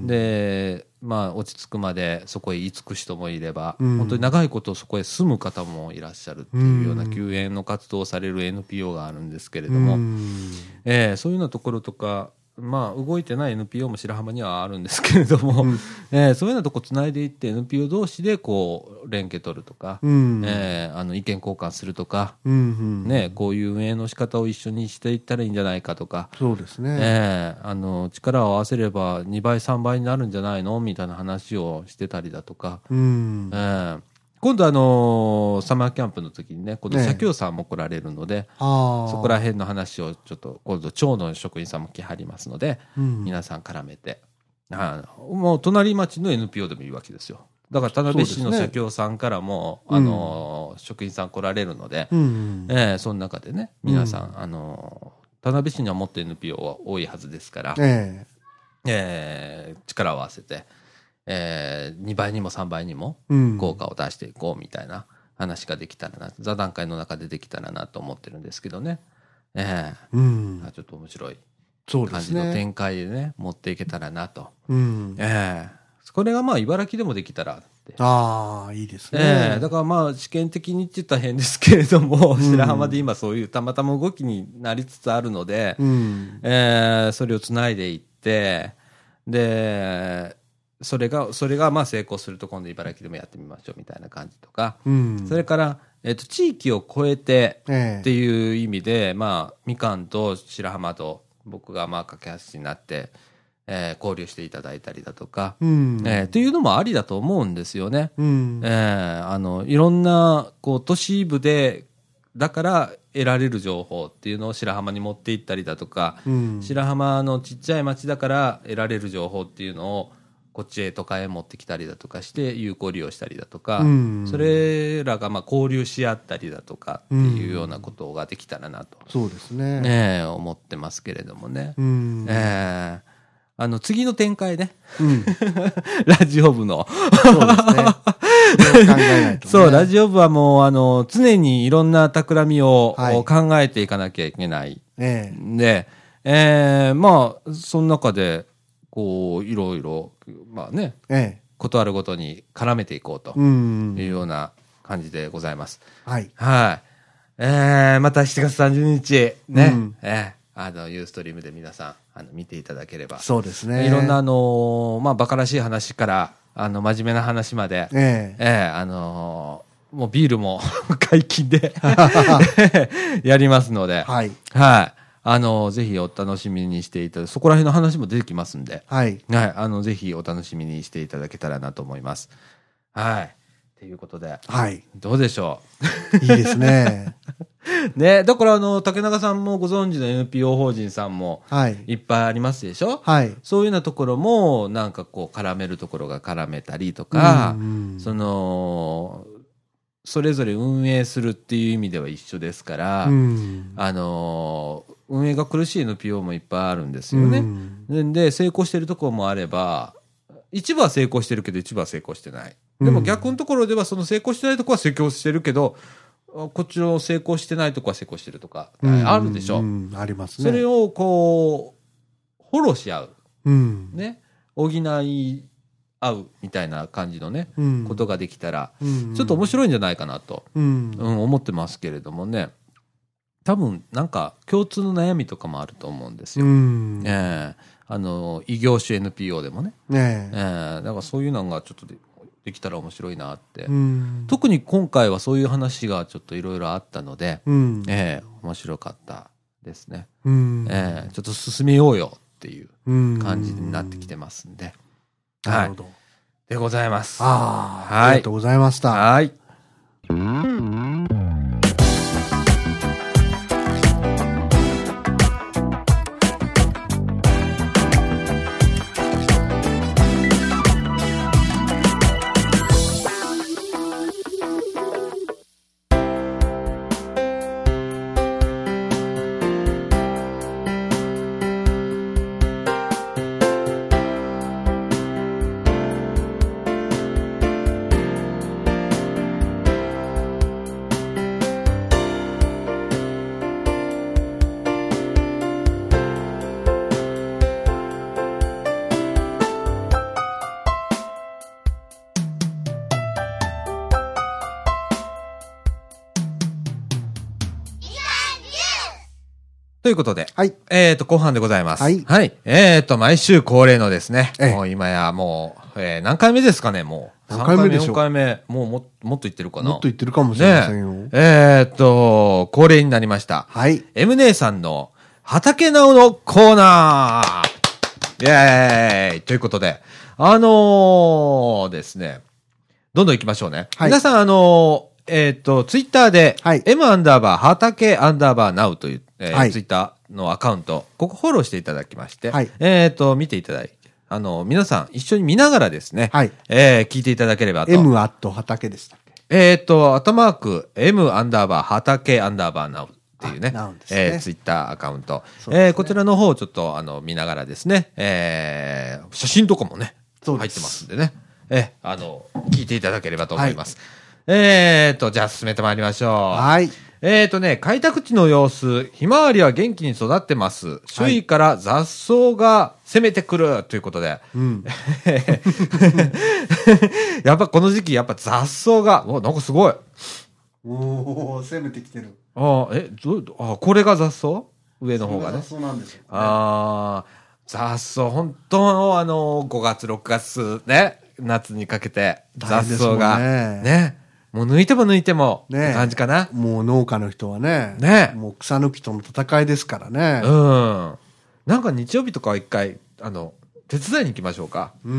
でまあ、落ち着くまでそこへ居つく人もいれば、うん、本当に長いことそこへ住む方もいらっしゃるっていうような救援の活動をされる エヌピーオー があるんですけれども、うんえー、そういうようなところとか、まあ、動いてない エヌピーオー も白浜にはあるんですけれども、うんえー、そういうようなとこつないでいって エヌピーオー 同士でこう連携取るとか、うんえー、あの意見交換するとか、うんうんね、こういう運営の仕方を一緒にしていったらいいんじゃないかとか、 そうですね、 えー、あの力を合わせればにばいさんばいになるんじゃないのみたいな話をしてたりだとか、うんえー今度あのー、サマーキャンプの時にね、今度社協さんも来られるので、ね、そこら辺の話をちょっと、今度町の職員さんも来はりますので、うん、皆さん絡めて、あもう隣町の エヌピーオー でもいいわけですよ。だから田辺市の社協さんからも、ね、あのー、職員さん来られるので、うんえー、その中でね、皆さん、うん、あのー、田辺市にはもっと エヌピーオー は多いはずですから、えーえー、力を合わせて、えー、にばいにもさんばいにも効果を出していこうみたいな話ができたらな、うん、座談会の中でできたらなと思ってるんですけどね、えーうん、ちょっと面白い感じの展開でね持っていけたらなと、うんえー、これがまあ茨城でもできたらって、 ああいいですね、 えー、だからまあ試験的にって言ったら変ですけれども、うん、白浜で今そういうたまたま動きになりつつあるので、うんえー、それをつないでいってでそれが、それがまあ成功すると今度茨城でもやってみましょうみたいな感じとか、うん、それから、えっと、地域を越えてっていう意味で、ええ、まあ、みかんと白浜と僕がまあ架け橋になって、えー、交流していただいたりだとか、うんえー、っていうのもありだと思うんですよね。うんえー、あの、いろんな、こう、都市部で、だから得られる情報っていうのを白浜に持っていったりだとか、うん、白浜のちっちゃい町だから得られる情報っていうのをこっちへ都会へ持ってきたりだとかして有効利用したりだとか、うん、それらがまあ交流し合ったりだとかっていうようなことができたらなと、 うん、そうですね、 ね思ってますけれどもね、うんえー、あの次の展開ね、うん、ラジオ部のそうですね考えないとね、 そうラジオ部はもうあの常にいろんな企みを、はい、考えていかなきゃいけない、えー、で、えー、まあその中でこういろいろまあね、ええ、ことあるごとに絡めていこうというような感じでございます。はい。はい。えー、またしちがつさんじゅうににちね、うん、えー、あのユーストリームで皆さんあの見ていただければ、 そうですね。 いろんなあのー、まあバカらしい話からあの真面目な話まで、えええー、あのー、もうビールも解禁でやりますので、はい。はい。あの、ぜひお楽しみにしていただ、そこら辺の話も出てきますんで、はい。はい。あの、ぜひお楽しみにしていただけたらなと思います。はい。ということで、はい。どうでしょういいですね。 ね、だからあの、竹中さんもご存知の エヌピーオー 法人さんも、はい。いっぱいありますでしょはい。そういうようなところも、なんかこう、絡めるところが絡めたりとか、うんうん、その、それぞれ運営するっていう意味では一緒ですから、うん、あのー、運営が苦しい エヌピーオー もいっぱいあるんですよね。うん、で、成功してるところもあれば、一部は成功してるけど一部は成功してない。でも逆のところではその成功してないところは成功してるけど、 こっちの成功してないとこは成功してるとか、あるでしょ。うんうん、ありますね。 それをこう、フォローし合う。 うん、 ね。補い合うみたいな感じのね、うん、ことができたら、うん、ちょっと面白いんじゃないかなと、うんうん、思ってますけれどもね。多分、なんか共通の悩みとかもあると思うんですよ。うん、えー、あの、異業種 エヌピーオー でもね。ねえー、だからそういうのがちょっとでできたら面白いなって、うん、特に今回はそういう話がちょっといろいろあったので、うん、えー、面白かったですね、うんえー、ちょっと進めようよっていう感じになってきてますんで、うん、はい、なるほどでございます。 あ、はい、ありがとうございました。 はい。ということで、はい、えっと、後半でございます。はい。はい。えっと、毎週恒例のですね、もう今やもう、えー、何回目ですかね、もう。 何回目でしょう。 よんかいめ、もうも、もっと言ってるかな。 もっと言ってるかもしれませんよ。ね、 えっと、恒例になりました。はい。M 姉さんの畑直のコーナーイェーイということで、あのー、ですね、どんどん行きましょうね。はい。皆さん、あのー、えっと、ツイッターで、はい、M アンダーバー、畑アンダーバーナウという、えーはい、ツイッターのアカウント、ここフォローしていただきまして、はい、えっと、見ていただいて、あの、皆さん一緒に見ながらですね、はい、えー、聞いていただければと。 M アット畑でしたっけ？ えっと、アットマーク、M アンダーバー、畑アンダーバーナウっていうね、ねえー、ツイッターアカウント、ね、えー、こちらの方をちょっと、あの、見ながらですね、えー、写真とかもね、入ってますんでね、えー、あの、聞いていただければと思います。はい、えーと、じゃあ進めてまいりましょう。はい。えーとね、開拓地の様子、ひまわりは元気に育ってます。周囲から雑草が攻めてくるということで。うん、やっぱこの時期、やっぱ雑草が、お、なんかすごい。 おー、攻めてきてる。 あえ、どあ、これが雑草上の方がね。 雑草なんですよ、ね。 あ雑草、本当あの、ごがつ、ろくがつね、夏にかけて雑草がね。ね。もう抜いても抜いてもって感じかな。 ね、もう農家の人はね。ね。もう草抜きとの戦いですからね。 うん。なんか日曜日とかは一回、あの、手伝いに行きましょうか。 うん。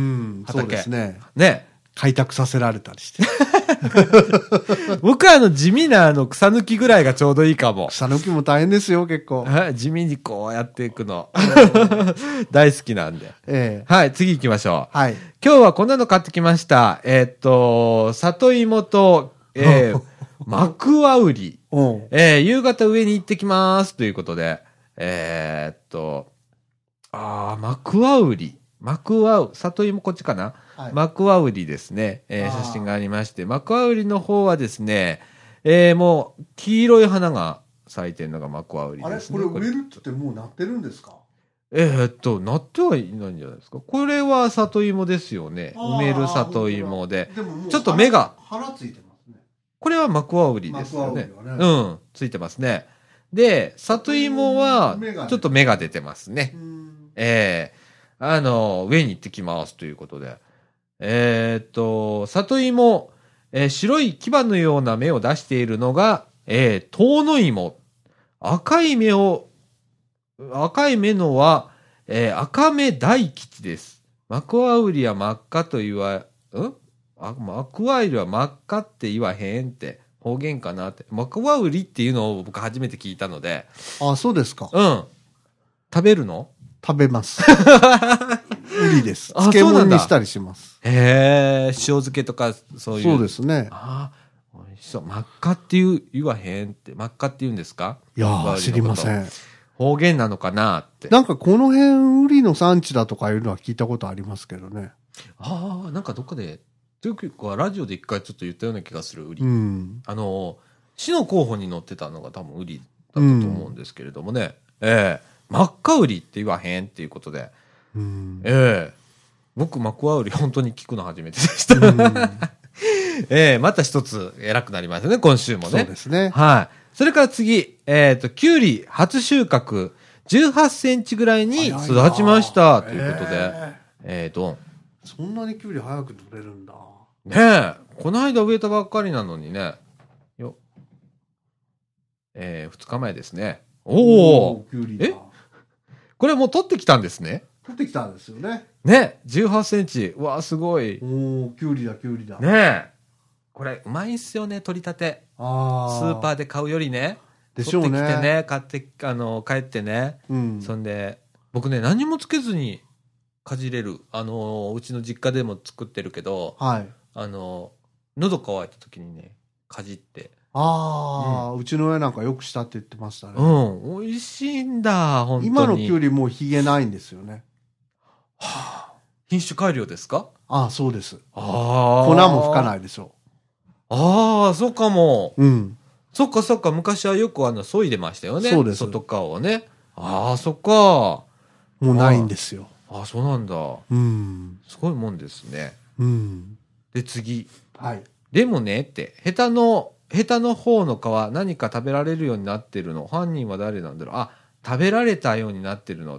そうですね。 ね。 開拓させられたりして。 僕はあの地味なあの草抜きぐらいがちょうどいいかも。 草抜きも大変ですよ、結構。 地味にこうやっていくの。大好きなんで。ええ、はい、次行きましょう。はい。今日はこんなの買ってきました。えー、っと、里芋と、えー、マクワウリ。えー、夕方上に行ってきます。ということで、えー、っと、あー、マクワウリ。マクワウ、里芋こっちかな、はい、マクワウリですね、えー、写真がありまして、マクワウリの方はですね、えー、もう黄色い花が咲いてるのがマクワウリですね。 あれこれ植えるってもうなってるんですか？ えー、っと、なってはいないんじゃないですか。これは里芋ですよね。埋める里芋で。でももうちょっと芽が。 花ついてますね。 これはマクワウリですよね。マクワウリはね。うん、ついてますね。で、里芋はちょっと芽が出てますね。えーあの、上に行ってきますということで。えー、っと、里芋、えー、白い牙のような芽を出しているのが、えー、遠野芋。赤い芽を、赤い芽のは、えー、赤芽大吉です。マクワウリは真っ赤と言わ、んあマクワウリは真っ赤って言わへんって、方言かなって。マクワウリっていうのを僕初めて聞いたので。 あ、そうですか。 うん。食べるの？ 食べます。無理です。漬物にしたりします。 へえ、塩漬けとかそういう。 そうですね。 ああ、美味しそう。真っ赤って言う、言わへんって、真っ赤って言うんですか？ いやー、知りません。 方言なのかなって。 なんかこの辺、ウリの産地だとかいうのは聞いたことありますけどね。 ああ、なんかどっかで、というかラジオで一回ちょっと言ったような気がする、ウリ。うん。あの、 市の候補に載ってたのが多分ウリだったと思うんですけれどもね。うん、ええー、マッカウリって言わへんっていうことで。うん、ええー、僕、マクワウリ本当に聞くの初めてでした。うん、ええー、また一つ偉くなりましたね、今週もね。 そうですね。 はい。それから次、えっ、ー、と、キュウリ初収穫、じゅうはちセンチぐらいに育ちました。ということで。えー、えー、ドン。 そんなにキュウリ早く取れるんだ。 ねえ。この間植えたばっかりなのにね。よ。えー、ふつかまえですね。おお。えこれもう取ってきたんですね。 取ってきたんですよね。 ね。じゅうはちセンチ。うわーすごい。 おお、キュウリだ、キュウリだ。 ねえ。これ、うまいんすよね、取りたて。あスーパーで買うよりね。 でしょうね。 取ってきてね、買って、あの、帰ってね。うん。そんで、僕ね、何もつけずにかじれる。あの、うちの実家でも作ってるけど、はい。あの、喉乾いた時にね、かじって。 ああ、うん、うちの親なんかよくしたって言ってましたね。 うん、美味しいんだ、本当に。 今のキュウリもうヒゲないんですよね。 はあ、品種改良ですか？ ああ、そうです。ああ。粉も吹かないでしょう。ああ、そうかも。うん。そっかそっか、昔はよくあの、削いでましたよね。そうです。外側をね。ああ、そっか。もうないんですよ。 ああ、そうなんだ。うん。すごいもんですね。うん。で、次。はい。でもねって、ヘタの、ヘタの方の皮、何か食べられるようになってるの。犯人は誰なんだろう。あ、食べられたようになってるのって。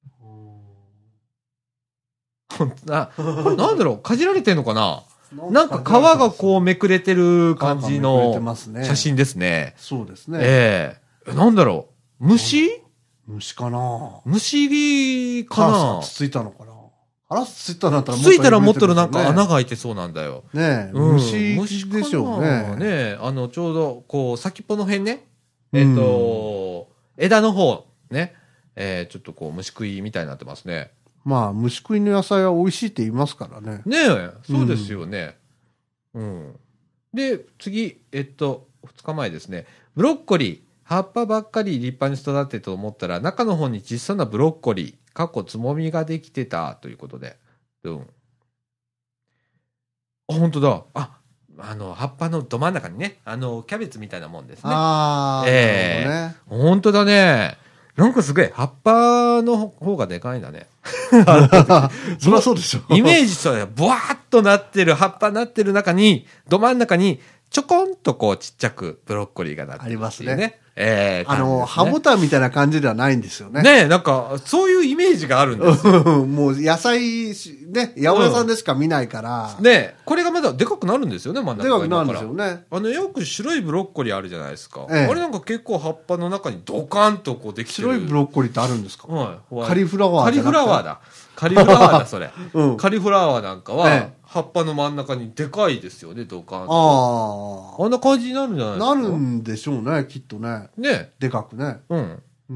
あ、これなんだろう、かじられてんのかな。なんか皮がこうめくれてる感じの写真ですね。 そうですね。 ええ。なんだろう、虫？ 虫かな。 虫かな。 つついたのかな。あつついたんだったらもっとついたらもっとなんか穴が開いてそうなんだよ。 ねえ、虫でしょうね。 ねえ、あのちょうどこう先っぽの辺ね、えっと枝の方ね、えちょっとこう虫食いみたいになってますね。 まあ、虫食いの野菜は美味しいって言いますからね。 ねえ、そうですよね。うん。うん、で、次、えっと、ふつかまえですね。ブロッコリー、葉っぱばっかり立派に育てと思ったら、中の方に小さなブロッコリー、過去つもみができてたということで。うん。あ、本当だ。あ、あの、葉っぱのど真ん中にね、あの、キャベツみたいなもんですね。ああ、ええー、なるほどね。本当だね。なんかすごい、葉っぱの方がでかいんだね。 そりゃそうでしょ。 イメージと、ボワーっとなってる、葉っぱになってる中に、ど真ん中に、ちょこんとこうちっちゃくブロッコリーがなってる、ね。ありますね。ええー、 あの、葉ボタンみたいな感じではないんですよね。 ねえ、なんか、そういうイメージがあるんですよ。 もう野菜、ね、八百屋さんでしか見ないから。 うん、ねえ、これがまだでかくなるんですよね、真ん中が。でかくなるんですよね。 あの、よく白いブロッコリーあるじゃないですか。ええ、あれなんか結構葉っぱの中にドカンとこうできてる。 白いブロッコリーってあるんですか？ はい。 カリフラワー。 カリフラワーだ。カリフラワーだ、それ。うん、カリフラワーなんかは、ええ、葉っぱの真ん中にでかいですよね、ドカンと。ああ。あんな感じになるんじゃないですか。 なるんでしょうね、きっとね。ね。でかくね。うん。うん。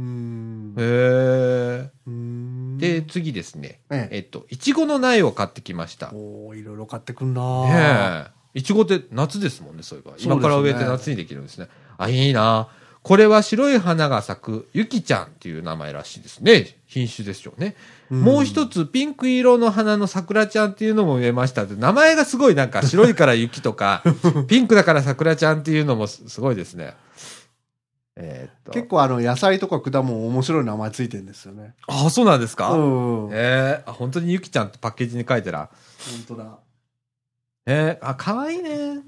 へえ。で、次ですね。ええ、えっと、いちごの苗を買ってきました。 おー、いろいろ買ってくんなねえ。いちごって夏ですもんね、そういえば。今から植えて夏にできるんですね。あ、いいな。これは白い花が咲くゆきちゃんっていう名前らしいですね。品種でしょうね。うん、もう一つピンク色の花の桜ちゃんっていうのも植えましたって。名前がすごいなんか白いから雪とか、ピンクだから桜ちゃんっていうのもすごいですね。 えー、っと結構あの野菜とか果物面白い名前ついてるんですよね。 ああ、そうなんですか？うん。えー、あ、本当にゆきちゃんってパッケージに書いてら。 本当だ。 えー、あ、かわいいね。うん。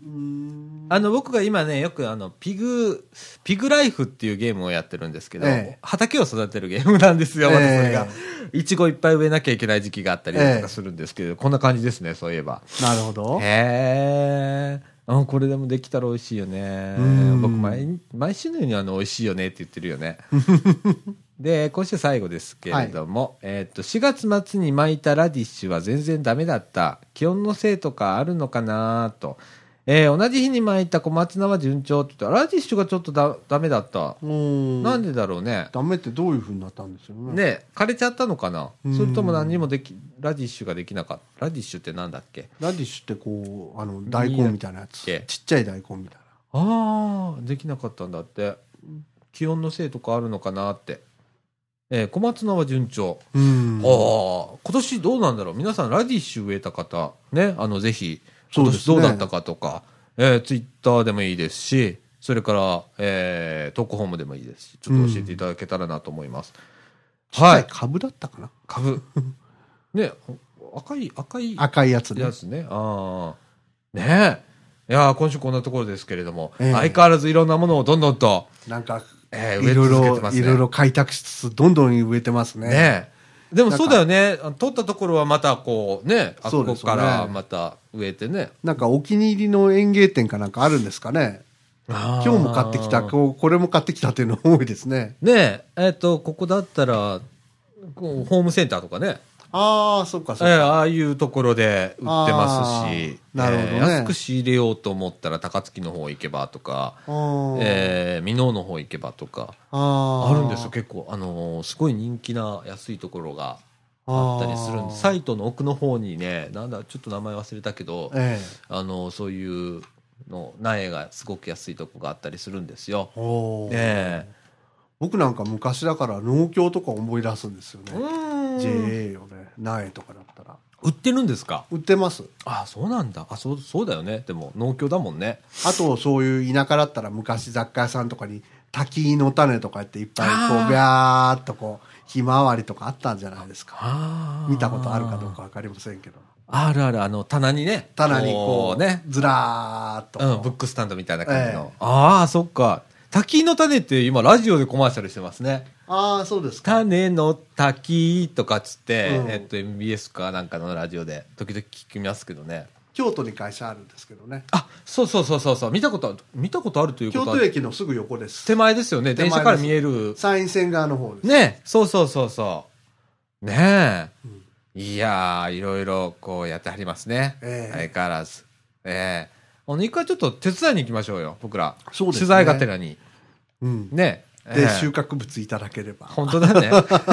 あの、僕が今ね、よくあの、ピグ、ピグライフっていうゲームをやってるんですけど、ええ、畑を育てるゲームなんですよ、またそれが。いちごいっぱい植えなきゃいけない時期があったりとかするんですけど、え、こんな感じですね、そういえば。 なるほど。 へー。あ、これでもできたら美味しいよね。僕毎、毎週のようにあの、美味しいよねって言ってるよね。で、今週最後ですけれども、はい、えっと、しがつ末に巻いたラディッシュは全然ダメだった。気温のせいとかあるのかなと。えー、同じ日に巻いた小松菜は順調って言ったら、ラディッシュがちょっとだダメだった。なんでだろうね。 ダメってどういう風になったんですよね。 ね、枯れちゃったのかな。それとも何にもでき、ラディッシュができなかった。ラディッシュってなんだっけ？ ラディッシュってこう、あの、大根みたいなやつ。ちっちゃい大根みたいな。ああ、できなかったんだって。気温のせいとかあるのかなって。えー、小松菜は順調。うん。ああ、今年どうなんだろう。皆さんラディッシュ植えた方、ね、あの、ぜひ、今年どうだったかとか、ね、えー、ツイッターでもいいですし、 それから、えー、トークホームでもいいですし、ちょっと教えていただけたらなと思います。 うん、はい。株だったかな株。ね、赤い、赤い。 赤いやつね。 やつね。ああ。ねえ。いや今週こんなところですけれども、えー、相変わらずいろんなものをどんどんと、 なんか、 えー、植え続けてますね。 いろいろ開拓しつつ、どんどん植えてますね。 ねえ。でもそうだよね。取ったところはまたこうね、あそこからまた植えてね。 なんかお気に入りの園芸店かなんかあるんですかね。今日も買ってきた、こう、これも買ってきたっていうの多いですね。 ねえ、えっと、ここだったら、ホームセンターとかね。 ああ、そっかそっか。 えー、ああいうところで売ってますし、 なるほどね、 えー、安く仕入れようと思ったら高槻の方行けばとか、えー、箕面の方行けばとか、あるんですよ、結構。あのー、すごい人気な安いところがあったりするんで、サイトの奥の方にね、なんだ、ちょっと名前忘れたけど、えー、あのー、そういうの、苗がすごく安いとこがあったりするんですよ。えー、 僕なんか昔だから農協とか思い出すんですよね。ジェーエー よね。苗とかだったら売ってるんですか？ 売ってます。 ああ、そうなんだ。あ、そう、そうだよね。でも農協だもんね。 あとそういう田舎だったら昔雑貨屋さんとかに滝の種とかっていっぱいこうビャーっとこうひまわりとかあったんじゃないですか。見たことあるかどうか分かりませんけど。 あるある、あの棚にね、 棚にこうねずらーっと、 うん、ブックスタンドみたいな感じの、えー、ああそっか。滝の種って今ラジオでコマーシャルしてますね。 ああそうですか。 種の滝とかっつって、うん、えっと エムビーエス かなんかのラジオで時々聞きますけどね。 京都に会社あるんですけどね。 あ、そうそうそうそうそう、見たこと見たことあるということは京都駅のすぐ横です。 手前ですよね。電車から見える山陰線側の方ですね。そうそうそうそうねえ、うん、いやーいろいろこうやってはりますね、えー、相変わらず。ええー、あの一回ちょっと手伝いに行きましょうよ、僕ら。そうですね、取材がてらに、うん、ねで、えー、収穫物いただければ。 本当だね。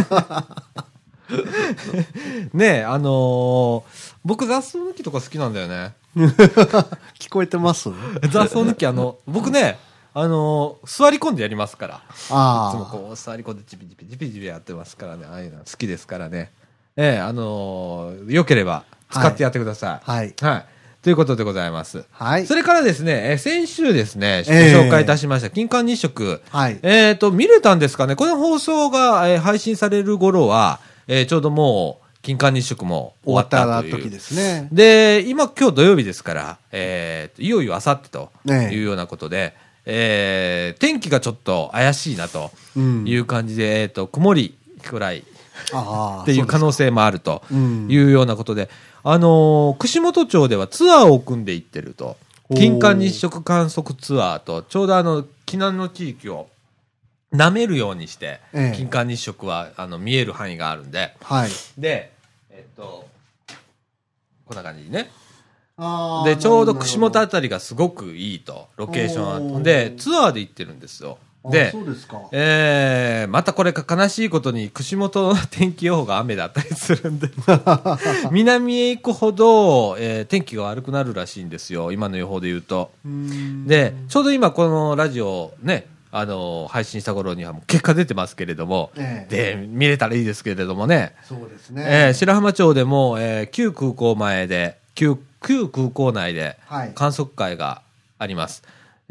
ねえ、あのー、僕雑草抜きとか好きなんだよね。 聞こえてます？ 雑草抜き、あの、僕ね、あのー、座り込んでやりますから。あいつもこう、座り込んでチピチピチピチピやってますからね。ああいうの好きですからね。ええー、あのー、よければ使ってやってください。はい。はい。はい、ということでございます。はい。それからですね、え先週ですね、ご紹介いたしました、金環日食。はい。えっと、見れたんですかね。この放送が、えー、配信される頃は、えー、ちょうどもう、金環日食も終わったという。終わった時ですね。で、今、今日土曜日ですから、えー、いよいよあさってというようなことで、えー、天気がちょっと怪しいなという感じで、うん、えっと、曇りくらいっていう可能性もあるというようなことで、うん、あのー、串本町ではツアーを組んでいってると。金環日食観測ツアーと、ちょうどあの、避難の地域を舐めるようにして、ええ、金環日食はあの見える範囲があるんで、はい、で、えっと、こんな感じにね。あで、ちょうど串本あたりがすごくいいと、ロケーションで、ツアーで行ってるんですよ。で、そうですか。えー、またこれが悲しいことに、串本の天気予報が雨だったりするんで、南へ行くほど、えー、天気が悪くなるらしいんですよ、今の予報で言うと。で、ちょうど今このラジオね、あの配信した頃にはもう結果出てますけれども、えー、で見れたらいいですけれどもね。そうですね。えー、白浜町でも、えー、旧空港前で旧旧空港内で観測会があります。はい、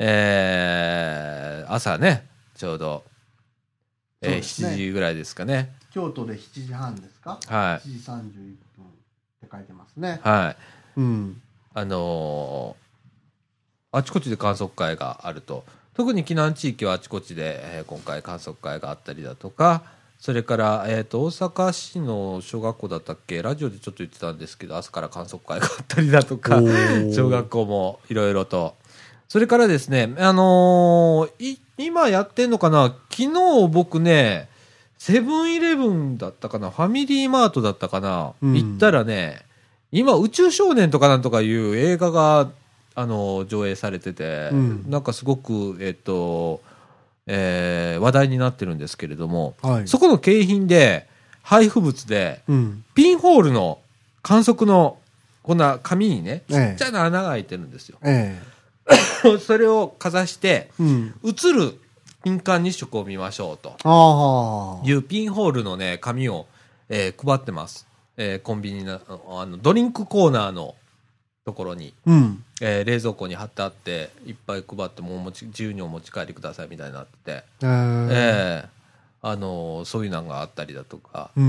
えー、朝ねちょうど、えーね、しちじぐらいですかね。 京都でしちじはんですか。はい。しちじさんじゅういっぷんって書いてますね。 はい。うん。あのー、あちこちで観測会があると。特に避難地域はあちこちで、えー、今回観測会があったりだとか、それから、えーと、大阪市の小学校だったっけ、ラジオでちょっと言ってたんですけど、朝から観測会があったりだとか、小学校もいろいろと。それからですね、あのー、い今やってんのかな、昨日僕ね、セブンイレブンだったかな、ファミリーマートだったかな、うん、行ったらね、今宇宙少年とかなんとかいう映画が、あの上映されてて、うん、なんかすごく、えっとえー、話題になってるんですけれども、はい、そこの景品で配布物で、うん、ピンホールの観測のこんな紙にねちっちゃな穴が開いてるんですよ、ええ、それをかざして、うん、映る金環日食を見ましょうというピンホールのね紙を、えー、配ってます、えー、コンビニのあのドリンクコーナーのところに、 うんえー、冷蔵庫に貼ってあっていっぱい配ってもう持ち自由にお持ち帰りくださいみたいになってて、 えーえーあのー、そういうのがあったりだとか、 うん、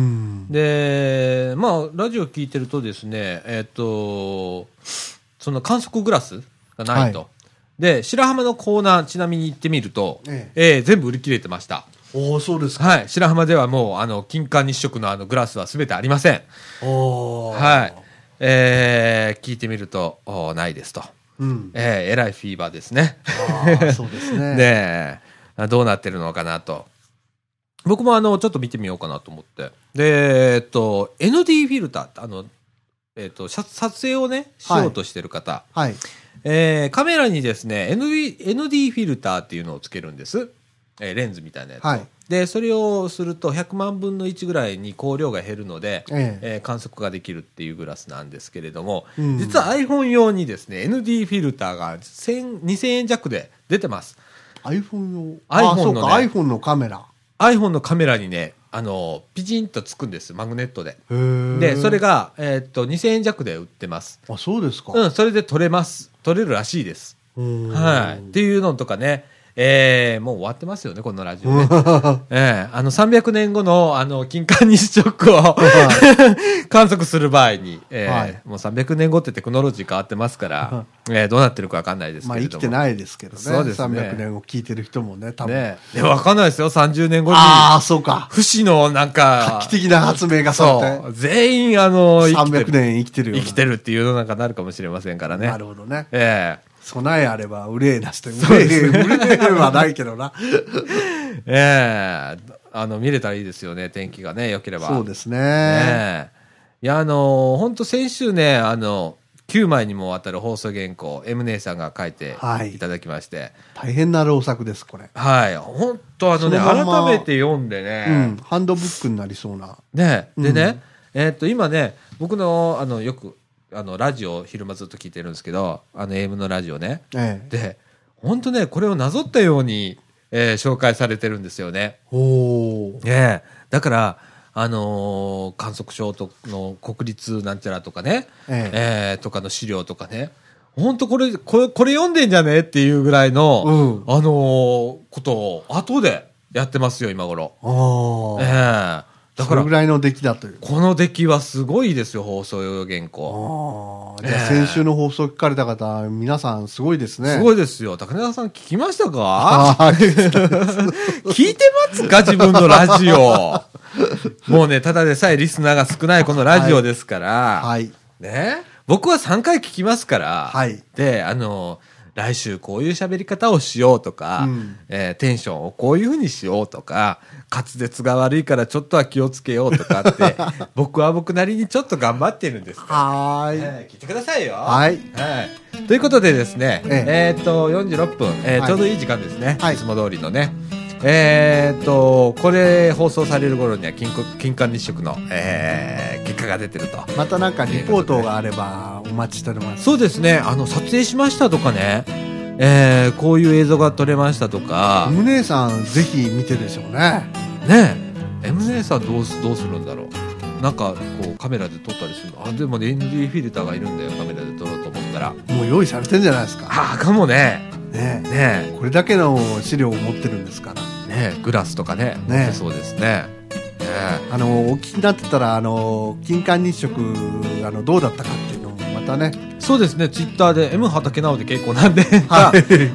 でまあラジオ聞いてるとですね、えっ、ー、とその観測グラスがないと、はい、で白浜のコーナーちなみに行ってみると、えええー、全部売り切れてました。 おそうですか。 はい、白浜ではもうあの金環日食のあのグラスはすべてありません。 おはい、えー、聞いてみるとないですと、 うんえー、えらいフィーバーですね。 あそうですね。 でどうなってるのかなと僕もあのちょっと見てみようかなと思ってで、えっと、エヌディー フィルターあの、えっと、撮影をねしようとしてる方、 はいはいえー、カメラにですね エヌディー、エヌディー フィルターっていうのをつけるんです、えー、レンズみたいなやつ、はい、でそれをするとひゃくまんぶんのいちぐらいに光量が減るので、えええー、観測ができるっていうグラスなんですけれども、うん、実は iPhone 用にですね エヌディー フィルターがにせんえん弱で出てます。 iPhone 用 iPhone の、ね、 あ、iPhone のカメラ iPhone のカメラにねあのピチンとつくんですマグネットで。でそれが、えー、っとにせんえん弱で売ってます。 あそうですか。 うんそれで撮れます撮れるらしいです。はいっていうのとかねえー、もう終わってますよねこのラジオね、えー、あのさんびゃくねんごのあの金環日食を観測する場合に、えーはい、もうさんびゃくねんごってテクノロジー変わってますから、えー、どうなってるか分かんないですけれども、まあ、 生きてないですけどね。そうですねさんびゃくねんご聞いてる人もね多分ねで分かんないですよさんじゅうねんごにああそうか不死のなんか画期的な発明がされてそう全員あのさんびゃくねん生きてるような生きてるっていうのなんかなるかもしれませんからね。 なるほどね。 ええー備えあれば憂いなしという。憂い、憂いはないけどな。 ええー、あの、見れたらいいですよね、天気がね、良ければ。 そうですね。 ねいや、あのー、本当先週ね、あの、きゅうまいにもわたる放送原稿、M 姉さんが書いていただきまして。はい、 大変な労作です、これ。 はい。本当あのね、改めて読んでね、 うん。ハンドブックになりそうな。 ね。でね、うん、えー、っと、今ね、僕の、あの、よく、あのラジオを昼間ずっと聞いてるんですけどあの エーエム のラジオね、ええ、で本当ねこれをなぞったように、えー、紹介されてるんですよね。 おー、 えー、だからあのー、観測所との国立なんちゃらとかね、えええー、とかの資料とかね本当これこれこれ読んでんじゃねっていうぐらいの、うん、あのー、ことを後でやってますよ今頃。 あえーだからそれぐらいの出来だという。 この出来はすごいですよ放送用原稿。 ああ、じゃあ先週の放送聞かれた方、えー、皆さんすごいですね。 すごいですよ。高根さん聞きましたか？聞いてますか自分のラジオ。もうねただでさえリスナーが少ないこのラジオですから、はい、ね僕はさんかい聞きますから、はい、であの来週こういう喋り方をしようとか、うんえー、テンションをこういう風にしようとか滑舌が悪いからちょっとは気をつけようとかって僕は僕なりにちょっと頑張ってるんですからはい、 えー、聞いてくださいよ。 はい、 はい、ということでですね、えええー、っとよんじゅうろっぷん、えーはい、ちょうどいい時間ですね、はい、いつも通りのねえー、っとこれ放送される頃には金金環日食の、えー、結果が出てると。 またなんかリポートがあればお待ちしております。 そうですねあの撮影しましたとかね、えー、こういう映像が撮れましたとか M 姉さんぜひ見てるでしょうね。 ねえ M 姉さんどうすどうするんだろうなんかこうカメラで撮ったりするの。あでもね エヌディー フィルターがいるんだよカメラで撮ろうと思ったら。 もう用意されてんじゃないですか。 ああかもね。 ねえねえこれだけの資料を持ってるんですからねえグラスとかね持ってそうですね。ねえあのお聞きになってたらあの金環日食あのどうだったかっていうのもまたね。 そうですねツイッターで M 畠直で結構なんで、はい、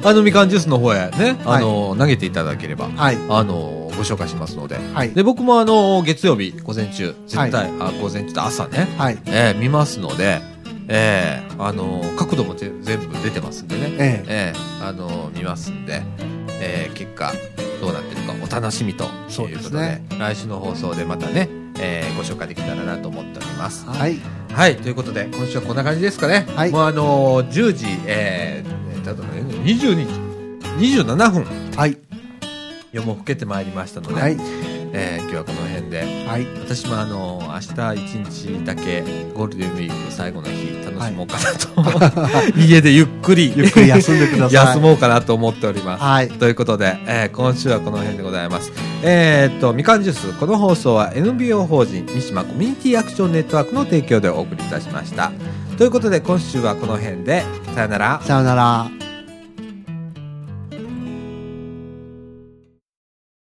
あのみかんジュースの方へねあの、はい、投げていただければ、はい、あのご紹介しますので、はい、で僕もあの月曜日午前中絶対、はい、あ午前中と朝ね、はいえー、見ますので、えー、あの角度も全部出てますんでね、えええー、あの見ますんで、えー、結果どうなってるかお楽しみということで、そうですね、来週の放送でまたね、えー、ご紹介できたらなと思っております。はい、はい、ということで今週はこんな感じですかね。はい、もうあのじゅうじ、えー、ただねにじゅうにじにじゅうななふん、はい、夜も更けてまいりましたので、はいえー、今日はこの辺で、はい、私もあの明日一日だけゴールデンウィーク最後の日楽しもうかなと、はい、家でゆっくりゆっくり休んでください休もうかなと思っております、はい、ということで、えー、今週はこの辺でございます。えー、っとみかんジュースこの放送は エヌビーオー 法人三島コミュニティアクションネットワークの提供でお送りいたしました。 ということで今週はこの辺でさよなら。 さよなら。